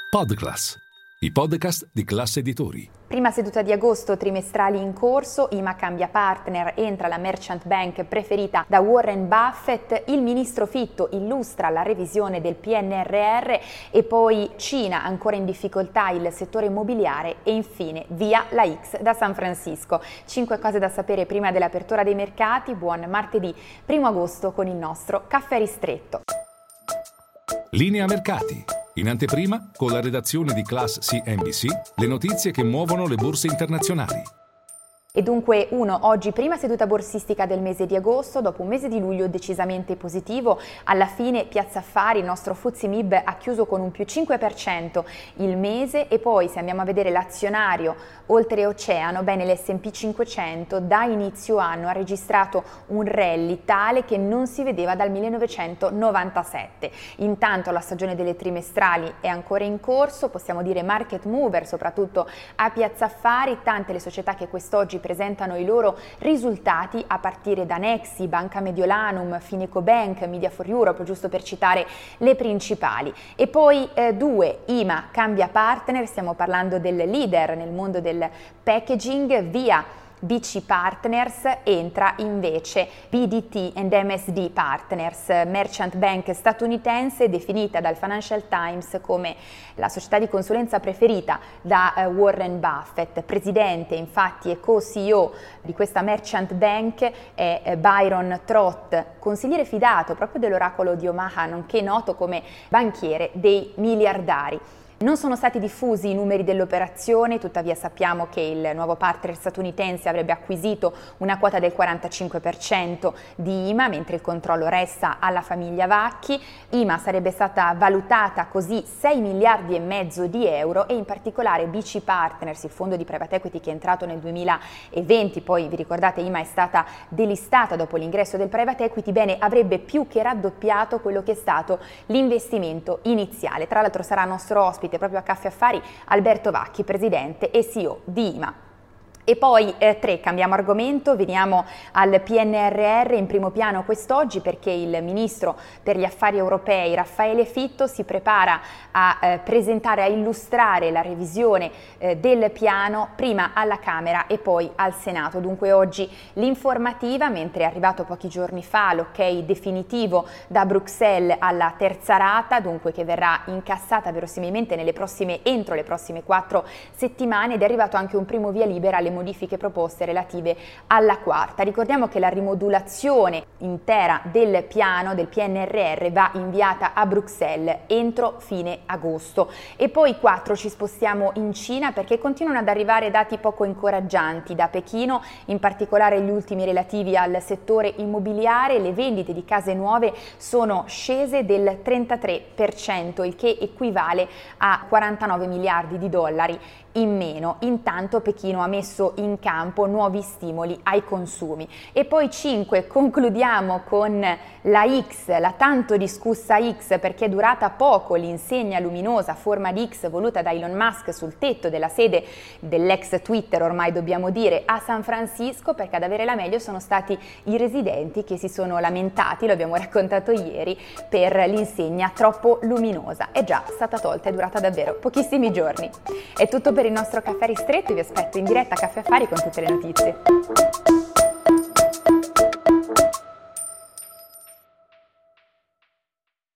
Podclass, i podcast di Class Editori. Prima seduta di agosto, trimestrali in corso, IMA cambia partner, entra la merchant bank preferita da Warren Buffett, il ministro Fitto illustra la revisione del PNRR e poi Cina ancora in difficoltà, il settore immobiliare e infine via la X da San Francisco. 5 cose da sapere prima dell'apertura dei mercati. Buon martedì 1 agosto con il nostro caffè ristretto. Linea mercati. In anteprima, con la redazione di Class CNBC, le notizie che muovono le borse internazionali. E dunque oggi prima seduta borsistica del mese di agosto, dopo un mese di luglio decisamente positivo, alla fine Piazza Affari, il nostro FTSE MIB ha chiuso con un più 5% il mese e poi se andiamo a vedere l'azionario oltreoceano, bene l'S&P 500 da inizio anno ha registrato un rally tale che non si vedeva dal 1997. Intanto la stagione delle trimestrali è ancora in corso, possiamo dire market mover soprattutto a Piazza Affari, tante le società che quest'oggi presentano i loro risultati a partire da Nexi, Banca Mediolanum, Fineco Bank, Media for Europe, giusto per citare le principali. E poi IMA cambia partner, stiamo parlando del leader nel mondo del packaging, via BC Partners entra invece BDT and MSD Partners, merchant bank statunitense definita dal Financial Times come la società di consulenza preferita da Warren Buffett. Presidente infatti e co-CEO di questa merchant bank è Byron Trott, consigliere fidato proprio dell'oracolo di Omaha, nonché noto come banchiere dei miliardari. Non sono stati diffusi i numeri dell'operazione, tuttavia sappiamo che il nuovo partner statunitense avrebbe acquisito una quota del 45% di IMA, mentre il controllo resta alla famiglia Vacchi. IMA sarebbe stata valutata così 6 miliardi e mezzo di euro e in particolare BC Partners, il fondo di private equity che è entrato nel 2020, poi vi ricordate IMA è stata delistata dopo l'ingresso del private equity, bene avrebbe più che raddoppiato quello che è stato l'investimento iniziale. Tra l'altro sarà nostro ospite proprio a Caffè Affari Alberto Vacchi, presidente e CEO di IMA. E poi 3, cambiamo argomento, veniamo al PNRR in primo piano quest'oggi perché il ministro per gli affari europei Raffaele Fitto si prepara a presentare, a illustrare la revisione del piano prima alla Camera e poi al Senato. Dunque oggi l'informativa, mentre è arrivato pochi giorni fa l'ok definitivo da Bruxelles alla terza rata, dunque che verrà incassata verosimilmente entro le prossime 4 settimane ed è arrivato anche un primo via libera alle modifiche proposte relative alla quarta. Ricordiamo che la rimodulazione intera del piano del PNRR va inviata a Bruxelles entro fine agosto. E poi 4, ci spostiamo in Cina perché continuano ad arrivare dati poco incoraggianti da Pechino, in particolare gli ultimi relativi al settore immobiliare. Le vendite di case nuove sono scese del 33%, il che equivale a 49 miliardi di dollari in meno. Intanto Pechino ha messo in campo nuovi stimoli ai consumi. E poi 5, concludiamo con la X, la tanto discussa X, perché è durata poco l'insegna luminosa a forma di X voluta da Elon Musk sul tetto della sede dell'ex Twitter, ormai dobbiamo dire, a San Francisco, perché ad avere la meglio sono stati i residenti che si sono lamentati, lo abbiamo raccontato ieri, per l'insegna troppo luminosa. È già stata tolta, è durata davvero pochissimi giorni. È tutto per il nostro caffè ristretto, vi aspetto in diretta a Caffè Affari con tutte le notizie.